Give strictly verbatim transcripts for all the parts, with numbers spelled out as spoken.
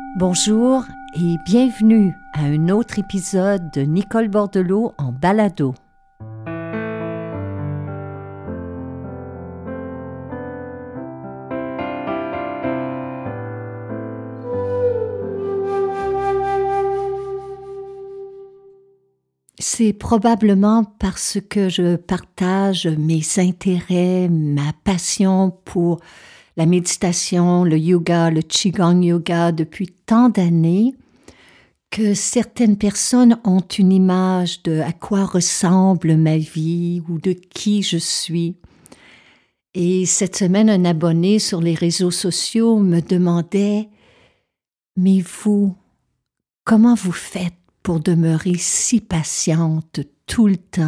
Bonjour et bienvenue à un autre épisode de Nicole Bordelot en balado. C'est probablement parce que je partage mes intérêts, ma passion pour la méditation, le yoga, le Qigong yoga depuis tant d'années que certaines personnes ont une image de à quoi ressemble ma vie ou de qui je suis. Et cette semaine, un abonné sur les réseaux sociaux me demandait « Mais vous, comment vous faites pour demeurer si patiente tout le temps ?»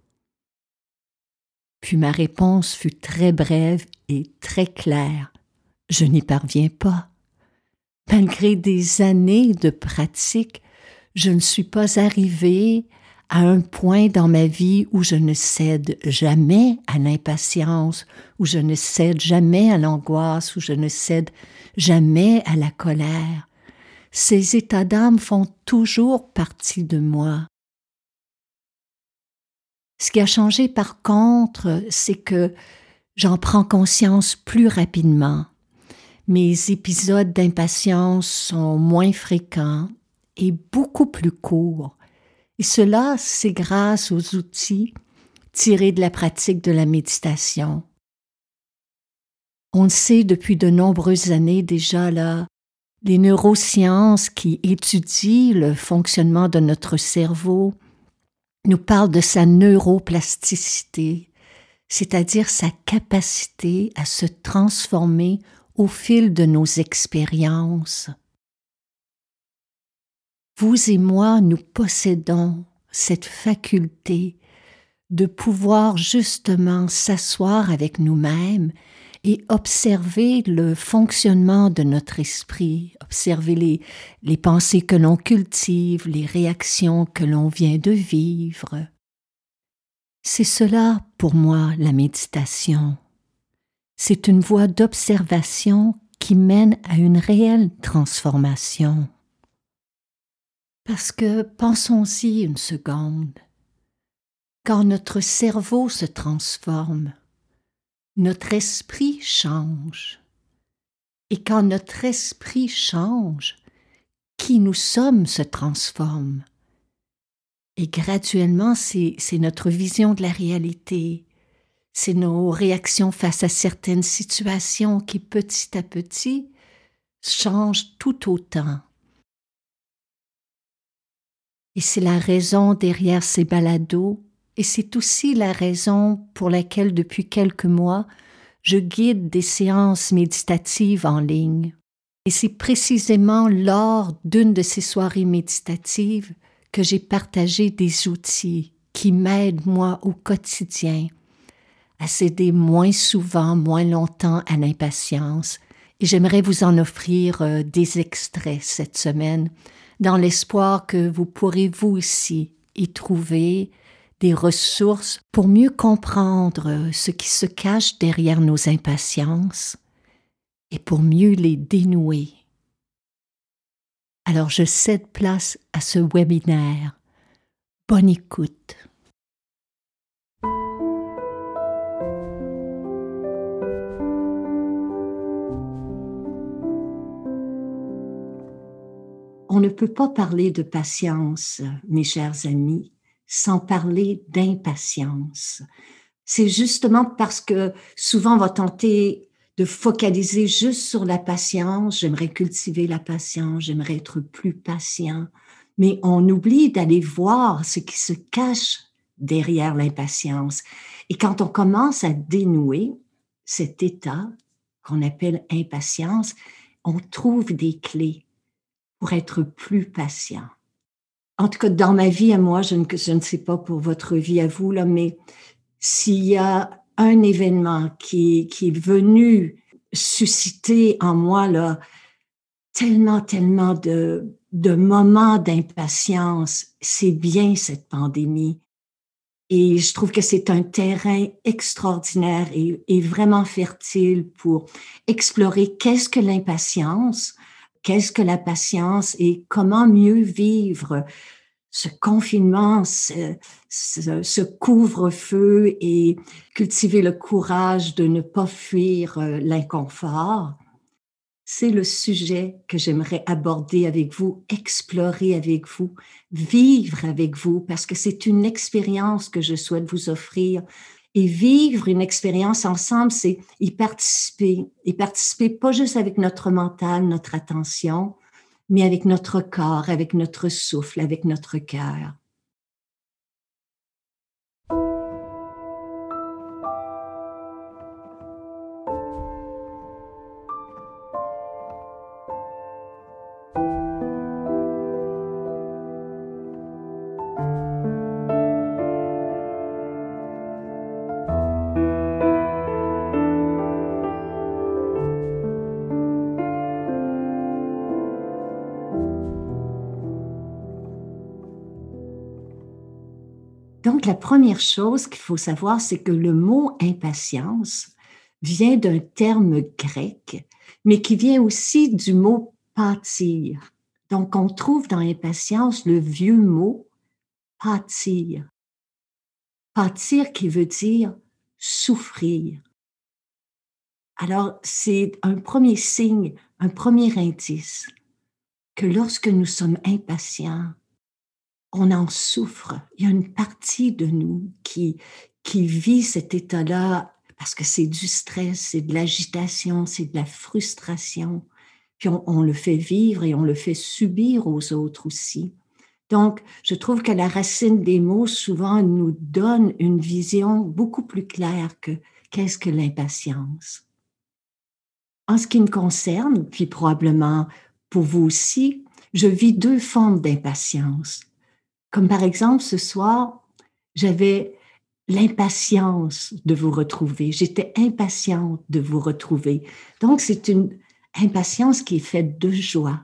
Puis ma réponse fut très brève et très claire. Je n'y parviens pas. Malgré des années de pratique, je ne suis pas arrivée à un point dans ma vie où je ne cède jamais à l'impatience, où je ne cède jamais à l'angoisse, où je ne cède jamais à la colère. Ces états d'âme font toujours partie de moi. Ce qui a changé par contre, c'est que j'en prends conscience plus rapidement. Mes épisodes d'impatience sont moins fréquents et beaucoup plus courts. Et cela, c'est grâce aux outils tirés de la pratique de la méditation. On le sait depuis de nombreuses années déjà, là, les neurosciences qui étudient le fonctionnement de notre cerveau nous parlent de sa neuroplasticité, c'est-à-dire sa capacité à se transformer au fil de nos expériences. Vous et moi, nous possédons cette faculté de pouvoir justement s'asseoir avec nous-mêmes et observer le fonctionnement de notre esprit, observer les, les pensées que l'on cultive, les réactions que l'on vient de vivre. C'est cela, pour moi, la méditation. C'est une voie d'observation qui mène à une réelle transformation. Parce que, pensons-y une seconde, quand notre cerveau se transforme, notre esprit change. Et quand notre esprit change, qui nous sommes se transforme. Et graduellement, c'est, c'est notre vision de la réalité, c'est nos réactions face à certaines situations qui, petit à petit, changent tout autant. Et c'est la raison derrière ces balados, et c'est aussi la raison pour laquelle, depuis quelques mois, je guide des séances méditatives en ligne. Et c'est précisément lors d'une de ces soirées méditatives que j'ai partagé des outils qui m'aident, moi, au quotidien, à céder moins souvent, moins longtemps à l'impatience. Et j'aimerais vous en offrir euh, des extraits cette semaine, dans l'espoir que vous pourrez vous aussi y trouver des ressources pour mieux comprendre ce qui se cache derrière nos impatiences et pour mieux les dénouer. Alors je cède place à ce webinaire. Bonne écoute. On ne peut pas parler de patience, mes chers amis, sans parler d'impatience. C'est justement parce que souvent on va tenter de focaliser juste sur la patience. J'aimerais cultiver la patience, j'aimerais être plus patient. Mais on oublie d'aller voir ce qui se cache derrière l'impatience. Et quand on commence à dénouer cet état qu'on appelle impatience, on trouve des clés pour être plus patient. En tout cas, dans ma vie à moi, je ne, je ne sais pas pour votre vie à vous, là, mais s'il y a un événement qui, qui est venu susciter en moi là, tellement, tellement de, de moments d'impatience, c'est bien cette pandémie. Et je trouve que c'est un terrain extraordinaire et, et vraiment fertile pour explorer qu'est-ce que l'impatience, qu'est-ce que la patience et comment mieux vivre ce confinement, ce, ce, ce couvre-feu et cultiver le courage de ne pas fuir euh, l'inconfort. C'est le sujet que j'aimerais aborder avec vous, explorer avec vous, vivre avec vous, parce que c'est une expérience que je souhaite vous offrir. Et vivre une expérience ensemble, c'est y participer. Y participer pas juste avec notre mental, notre attention, mais avec notre corps, avec notre souffle, avec notre cœur. Donc, la première chose qu'il faut savoir, c'est que le mot impatience vient d'un terme grec, mais qui vient aussi du mot pâtir. Donc, on trouve dans impatience le vieux mot pâtir. Pâtir qui veut dire souffrir. Alors, c'est un premier signe, un premier indice que lorsque nous sommes impatients, on en souffre. Il y a une partie de nous qui, qui vit cet état-là parce que c'est du stress, c'est de l'agitation, c'est de la frustration. Puis on, on le fait vivre et on le fait subir aux autres aussi. Donc, je trouve que la racine des mots souvent nous donne une vision beaucoup plus claire que qu'est-ce que l'impatience. En ce qui me concerne, puis probablement pour vous aussi, je vis deux formes d'impatience. Comme par exemple, ce soir, j'avais l'impatience de vous retrouver. J'étais impatiente de vous retrouver. Donc, c'est une impatience qui est faite de joie,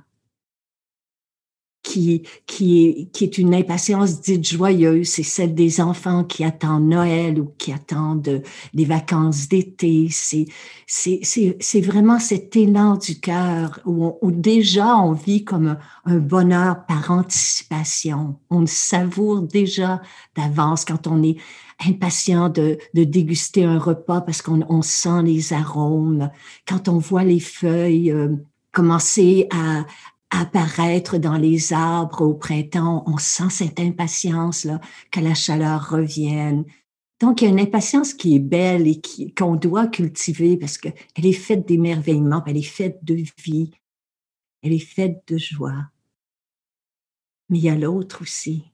qui, qui, est, qui est une impatience dite joyeuse. C'est celle des enfants qui attendent Noël ou qui attendent les vacances d'été. C'est, c'est, c'est, c'est vraiment cet élan du cœur où, on, où déjà on vit comme un, un bonheur par anticipation. On savoure déjà d'avance quand on est impatient de, de déguster un repas parce qu'on on sent les arômes. Quand on voit les feuilles euh, commencer à apparaître dans les arbres au printemps, on sent cette impatience-là, que la chaleur revienne. Donc, il y a une impatience qui est belle et qui, qu'on doit cultiver parce qu'elle est faite d'émerveillement, elle est faite de vie, elle est faite de joie. Mais il y a l'autre aussi.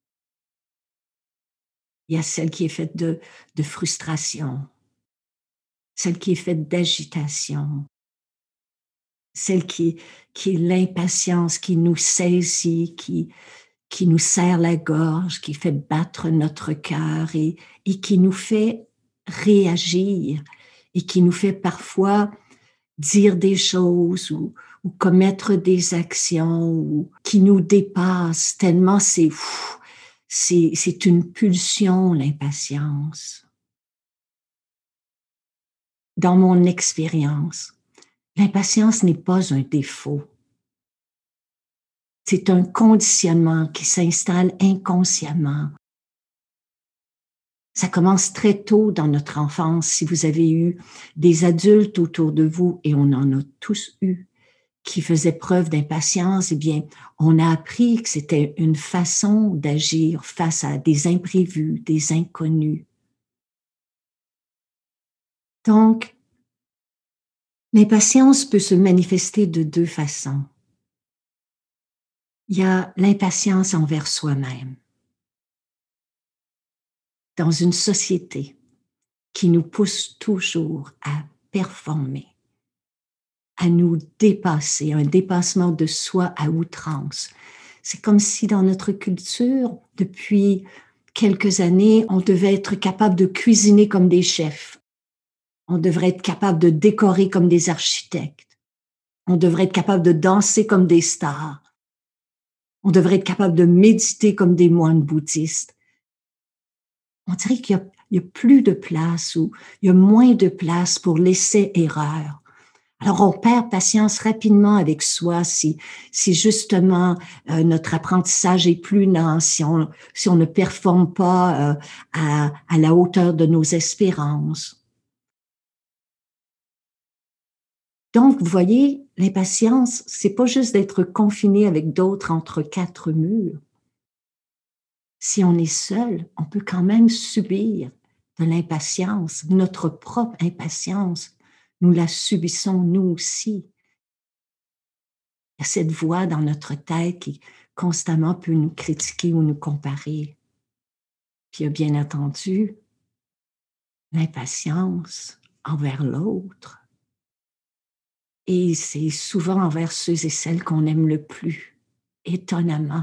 Il y a celle qui est faite de, de frustration, celle qui est faite d'agitation, celle qui, qui est l'impatience qui nous saisit, qui, qui nous serre la gorge, qui fait battre notre cœur et, et qui nous fait réagir et qui nous fait parfois dire des choses ou, ou commettre des actions ou qui nous dépassent tellement c'est, c'est, c'est une pulsion, l'impatience. Dans mon expérience, l'impatience n'est pas un défaut. C'est un conditionnement qui s'installe inconsciemment. Ça commence très tôt dans notre enfance. Si vous avez eu des adultes autour de vous, et on en a tous eu, qui faisaient preuve d'impatience, eh bien, on a appris que c'était une façon d'agir face à des imprévus, des inconnus. Donc, l'impatience peut se manifester de deux façons. Il y a l'impatience envers soi-même. Dans une société qui nous pousse toujours à performer, à nous dépasser, un dépassement de soi à outrance. C'est comme si dans notre culture, depuis quelques années, on devait être capable de cuisiner comme des chefs. On devrait être capable de décorer comme des architectes. On devrait être capable de danser comme des stars. On devrait être capable de méditer comme des moines bouddhistes. On dirait qu'il y a, il y a plus de place ou il y a moins de place pour l'essai-erreur. Alors on perd patience rapidement avec soi si, si justement euh, notre apprentissage est plus lent, si on, si on ne performe pas euh, à, à la hauteur de nos espérances. Donc, vous voyez, l'impatience, c'est pas juste d'être confiné avec d'autres entre quatre murs. Si on est seul, on peut quand même subir de l'impatience, notre propre impatience. Nous la subissons nous aussi. Il y a cette voix dans notre tête qui constamment peut nous critiquer ou nous comparer. Puis il y a bien entendu l'impatience envers l'autre. Et c'est souvent envers ceux et celles qu'on aime le plus, étonnamment.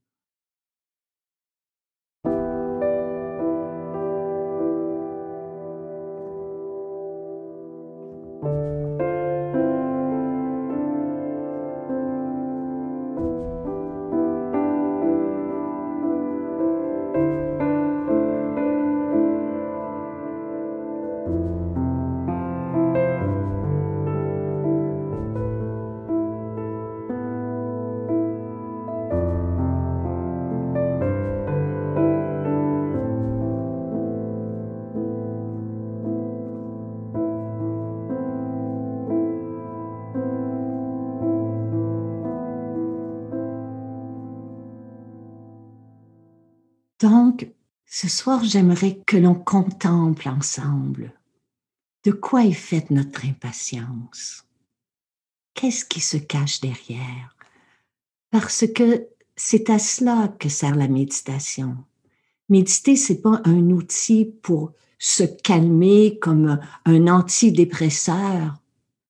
Donc, ce soir, j'aimerais que l'on contemple ensemble de quoi est faite notre impatience. Qu'est-ce qui se cache derrière? Parce que c'est à cela que sert la méditation. Méditer, c'est pas un outil pour se calmer comme un antidépresseur.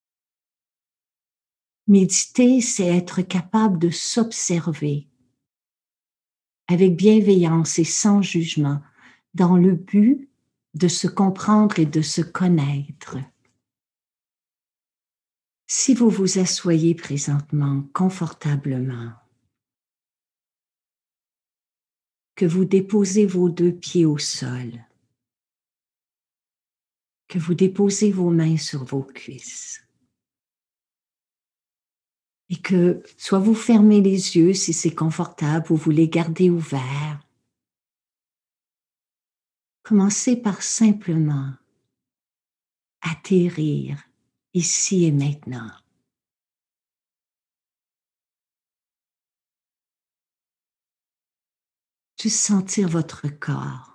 Méditer, c'est être capable de s'observer avec bienveillance et sans jugement, dans le but de se comprendre et de se connaître. Si vous vous asseyez présentement confortablement, que vous déposez vos deux pieds au sol, que vous déposez vos mains sur vos cuisses, et que soit vous fermez les yeux si c'est confortable, ou vous les gardez ouverts. Commencez par simplement atterrir ici et maintenant. Juste sentir votre corps.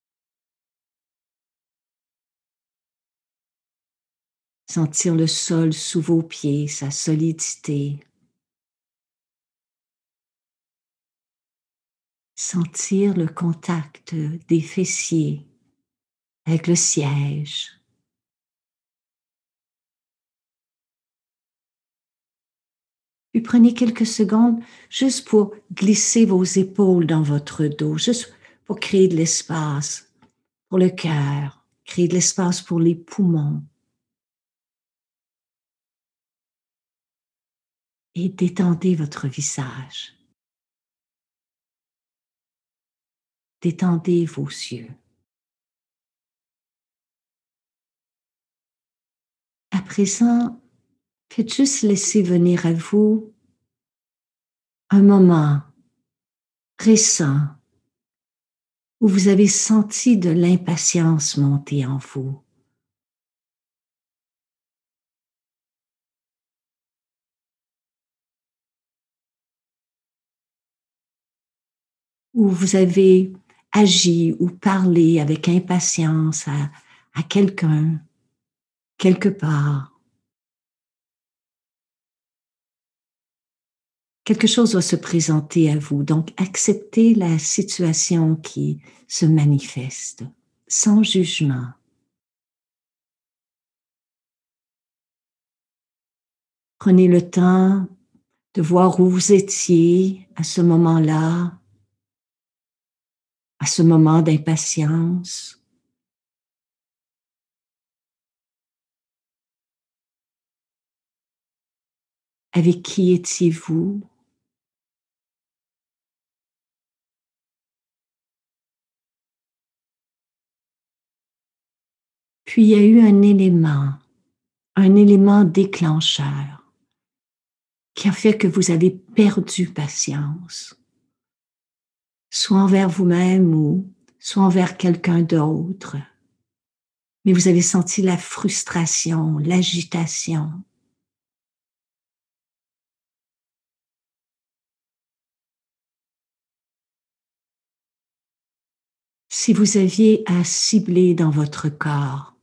Sentir le sol sous vos pieds, sa solidité. Sentir le contact des fessiers avec le siège. Puis prenez quelques secondes juste pour glisser vos épaules dans votre dos, juste pour créer de l'espace pour le cœur, créer de l'espace pour les poumons. Et détendez votre visage. Détendez vos yeux. À présent, faites juste laisser venir à vous un moment récent où vous avez senti de l'impatience monter en vous. Où vous avez agi ou parlé avec impatience à, à quelqu'un, quelque part. Quelque chose va se présenter à vous, donc acceptez la situation qui se manifeste, sans jugement. Prenez le temps de voir où vous étiez à ce moment-là, à ce moment d'impatience. Avec qui étiez-vous? Puis il y a eu un élément un élément déclencheur qui a fait que vous avez perdu patience, soit envers vous-même ou soit envers quelqu'un d'autre. Mais vous avez senti la frustration, l'agitation. Si vous aviez à cibler dans votre corps,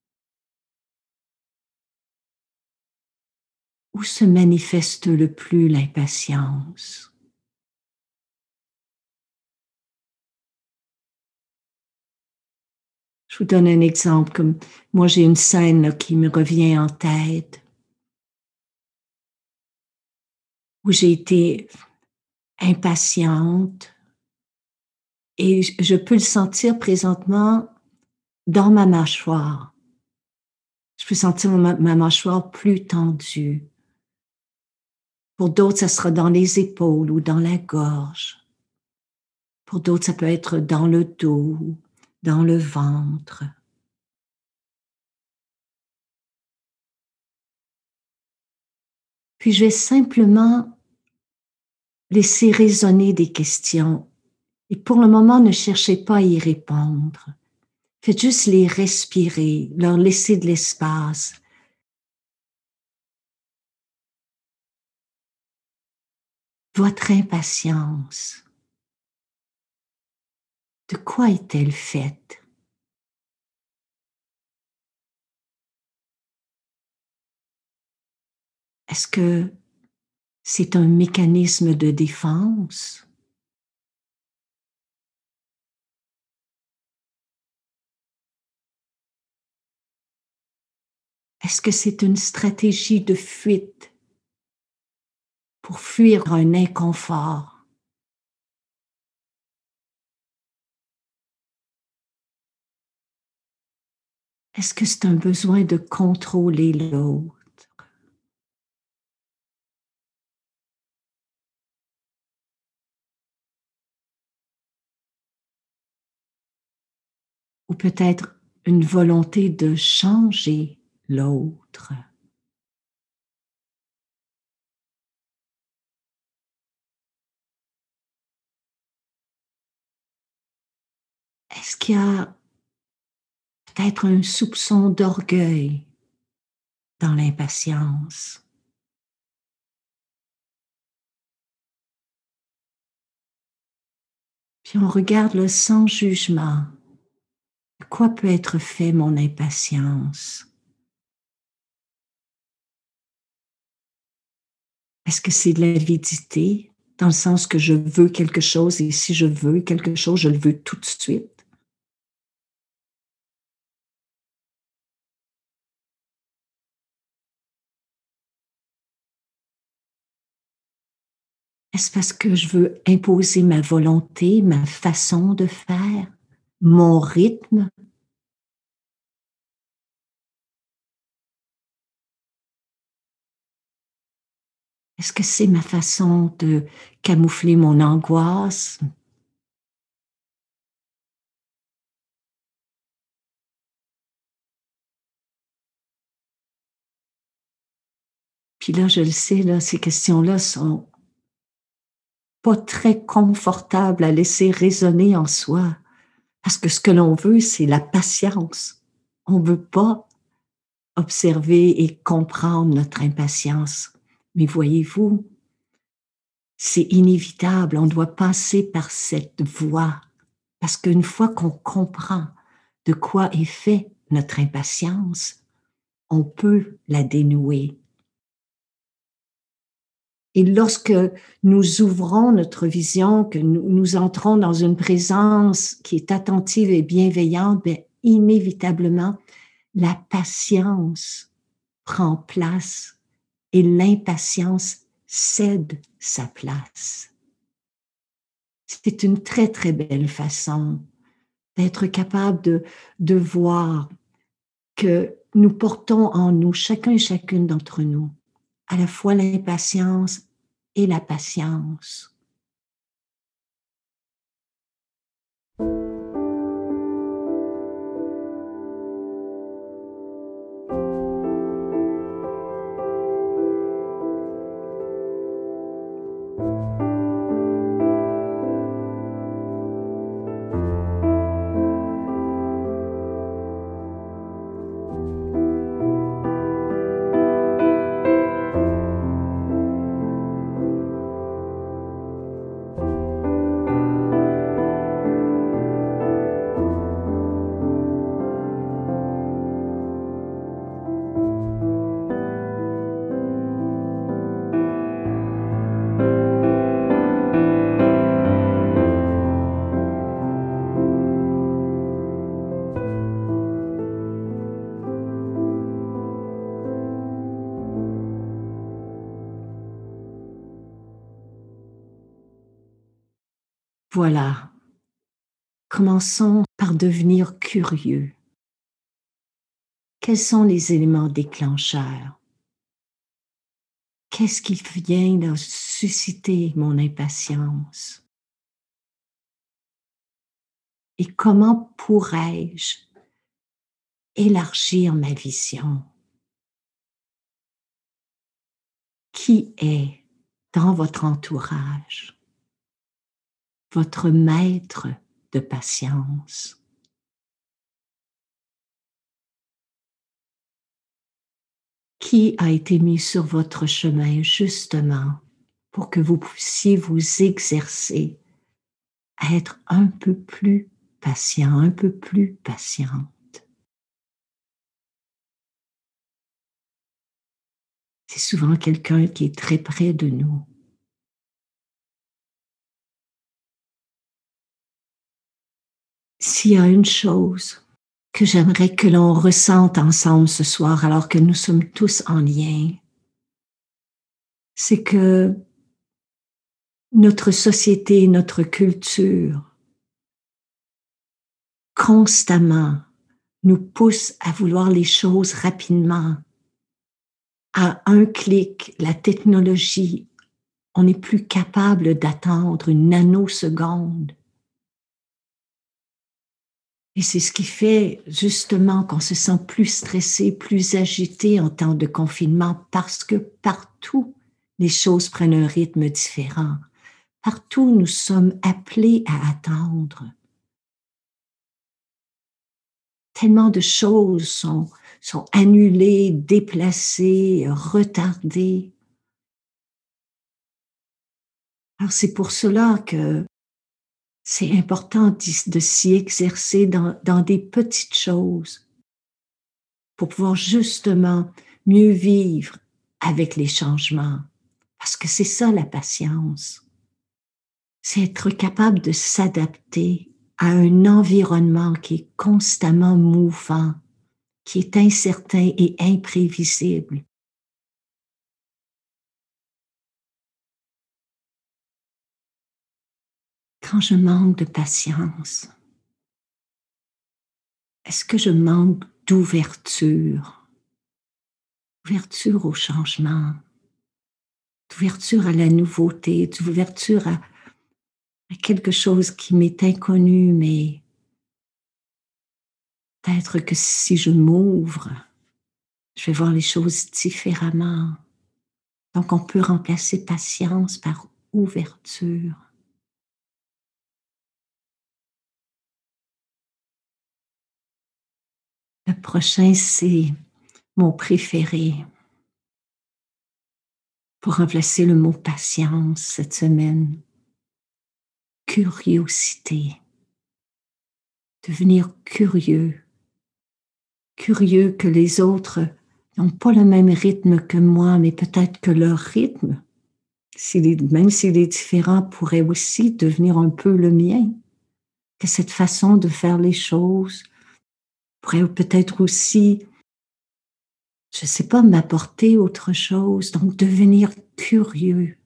où se manifeste le plus l'impatience? Je vous donne un exemple, comme moi j'ai une scène là, qui me revient en tête, où j'ai été impatiente et je je peux le sentir présentement dans ma mâchoire. Je peux sentir ma, ma mâchoire plus tendue. Pour d'autres, ça sera dans les épaules ou dans la gorge. Pour d'autres, ça peut être dans le dos, dans le ventre. Puis je vais simplement laisser résonner des questions. Et pour le moment, ne cherchez pas à y répondre. Faites juste les respirer, leur laisser de l'espace. Votre impatience, de quoi est-elle faite? Est-ce que c'est un mécanisme de défense? Est-ce que c'est une stratégie de fuite pour fuir un inconfort? Est-ce que c'est un besoin de contrôler l'autre? Ou peut-être une volonté de changer l'autre? Est-ce qu'il y a peut-être un soupçon d'orgueil dans l'impatience? Puis on regarde le sans jugement. De quoi peut être fait mon impatience? Est-ce que c'est de l'avidité, dans le sens que je veux quelque chose et si je veux quelque chose, je le veux tout de suite? Est-ce parce que je veux imposer ma volonté, ma façon de faire, mon rythme? Est-ce que c'est ma façon de camoufler mon angoisse? Puis là, je le sais, là, ces questions-là sont pas très confortables à laisser résonner en soi. Parce que ce que l'on veut, c'est la patience. On veut pas observer et comprendre notre impatience. Mais voyez-vous, c'est inévitable. On doit passer par cette voie. Parce qu'une fois qu'on comprend de quoi est fait notre impatience, on peut la dénouer. Et lorsque nous ouvrons notre vision, que nous, nous entrons dans une présence qui est attentive et bienveillante, bien, inévitablement, la patience prend place et l'impatience cède sa place. C'est une très, très belle façon d'être capable de, de voir que nous portons en nous, chacun et chacune d'entre nous, à la fois l'impatience et la patience. Voilà. Commençons par devenir curieux. Quels sont les éléments déclencheurs? Qu'est-ce qui vient de susciter mon impatience? Et comment pourrais-je élargir ma vision? Qui est dans votre entourage votre maître de patience? Qui a été mis sur votre chemin justement pour que vous puissiez vous exercer à être un peu plus patient, un peu plus patiente? C'est souvent quelqu'un qui est très près de nous. S'il y a une chose que j'aimerais que l'on ressente ensemble ce soir, alors que nous sommes tous en lien, c'est que notre société, notre culture, constamment nous pousse à vouloir les choses rapidement. À un clic, la technologie, on n'est plus capable d'attendre une nanoseconde. Et c'est ce qui fait justement qu'on se sent plus stressé, plus agité en temps de confinement, parce que partout, les choses prennent un rythme différent. Partout, nous sommes appelés à attendre. Tellement de choses sont, sont annulées, déplacées, retardées. Alors c'est pour cela que c'est important de, de s'y exercer dans, dans des petites choses pour pouvoir justement mieux vivre avec les changements. Parce que c'est ça la patience. C'est être capable de s'adapter à un environnement qui est constamment mouvant, qui est incertain et imprévisible. Quand je manque de patience, est-ce que je manque d'ouverture? Ouverture au changement, d'ouverture à la nouveauté, d'ouverture à, à quelque chose qui m'est inconnu, mais peut-être que si je m'ouvre, je vais voir les choses différemment. Donc on peut remplacer patience par ouverture. Le prochain, c'est mon préféré. Pour remplacer le mot patience cette semaine, curiosité. Devenir curieux. Curieux que les autres n'ont pas le même rythme que moi, mais peut-être que leur rythme, s'il est, même s'il est différent, pourrait aussi devenir un peu le mien. Que cette façon de faire les choses pourrait peut-être aussi, je ne sais pas, m'apporter autre chose. Donc, devenir curieux.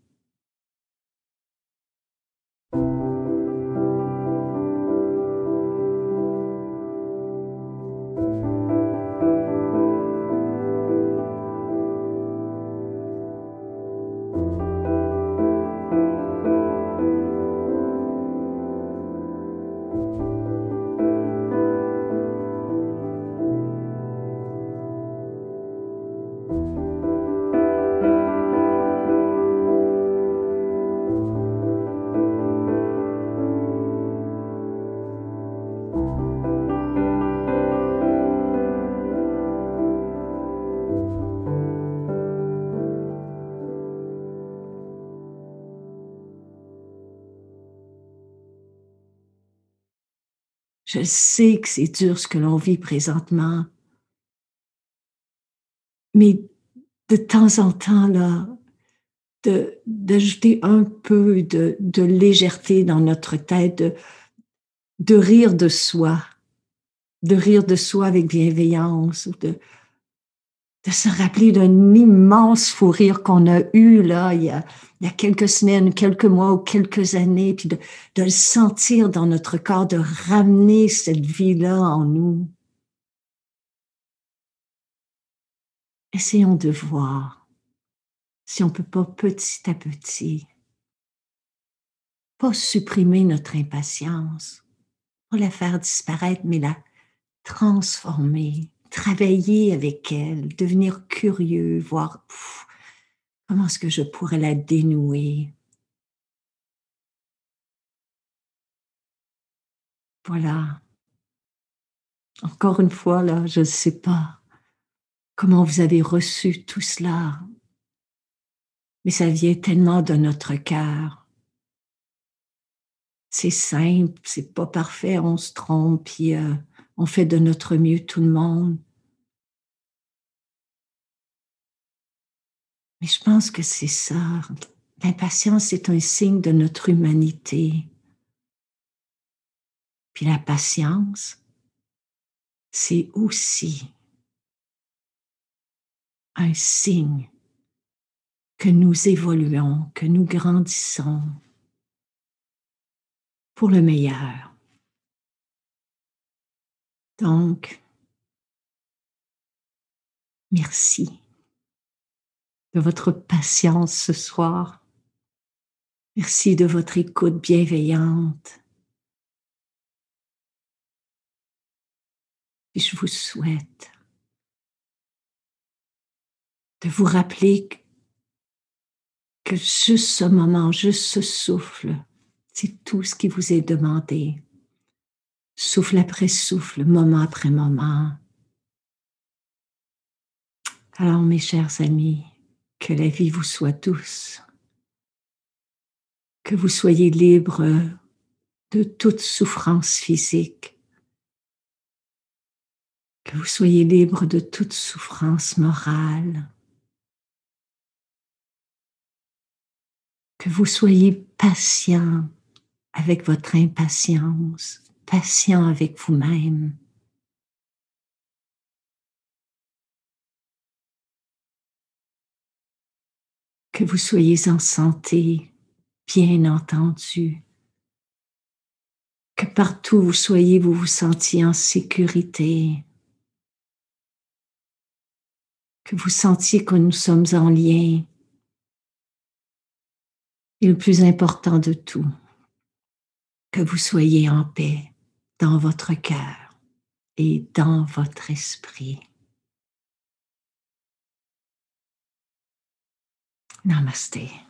Je sais que c'est dur ce que l'on vit présentement, mais de temps en temps, là, de, d'ajouter un peu de, de légèreté dans notre tête, de, de rire de soi, de rire de soi avec bienveillance, de, de se rappeler d'un immense fou rire qu'on a eu là, il y a, il y a quelques semaines, quelques mois ou quelques années, puis de, de le sentir dans notre corps, de ramener cette vie-là en nous. Essayons de voir si on ne peut pas petit à petit, pas supprimer notre impatience, pas la faire disparaître, mais la transformer, travailler avec elle, devenir curieux, voir pff, comment est-ce que je pourrais la dénouer. Voilà. Encore une fois, là, je ne sais pas comment vous avez reçu tout cela, mais ça vient tellement de notre cœur. C'est simple, c'est pas parfait, on se trompe, puis euh, on fait de notre mieux tout le monde. Mais je pense que c'est ça. L'impatience, c'est un signe de notre humanité. Puis la patience, c'est aussi un signe que nous évoluons, que nous grandissons pour le meilleur. Donc, merci de votre patience ce soir. Merci de votre écoute bienveillante. Et je vous souhaite de vous rappeler que juste ce moment, juste ce souffle, c'est tout ce qui vous est demandé. Souffle après souffle, moment après moment. Alors, mes chers amis, que la vie vous soit douce, que vous soyez libres de toute souffrance physique, que vous soyez libres de toute souffrance morale, que vous soyez patient avec votre impatience, patient avec vous-même. Que vous soyez en santé, bien entendu. Que partout où vous soyez, vous vous sentiez en sécurité. Que vous sentiez que nous sommes en lien. Et le plus important de tout, que vous soyez en paix dans votre cœur et dans votre esprit. Namaste.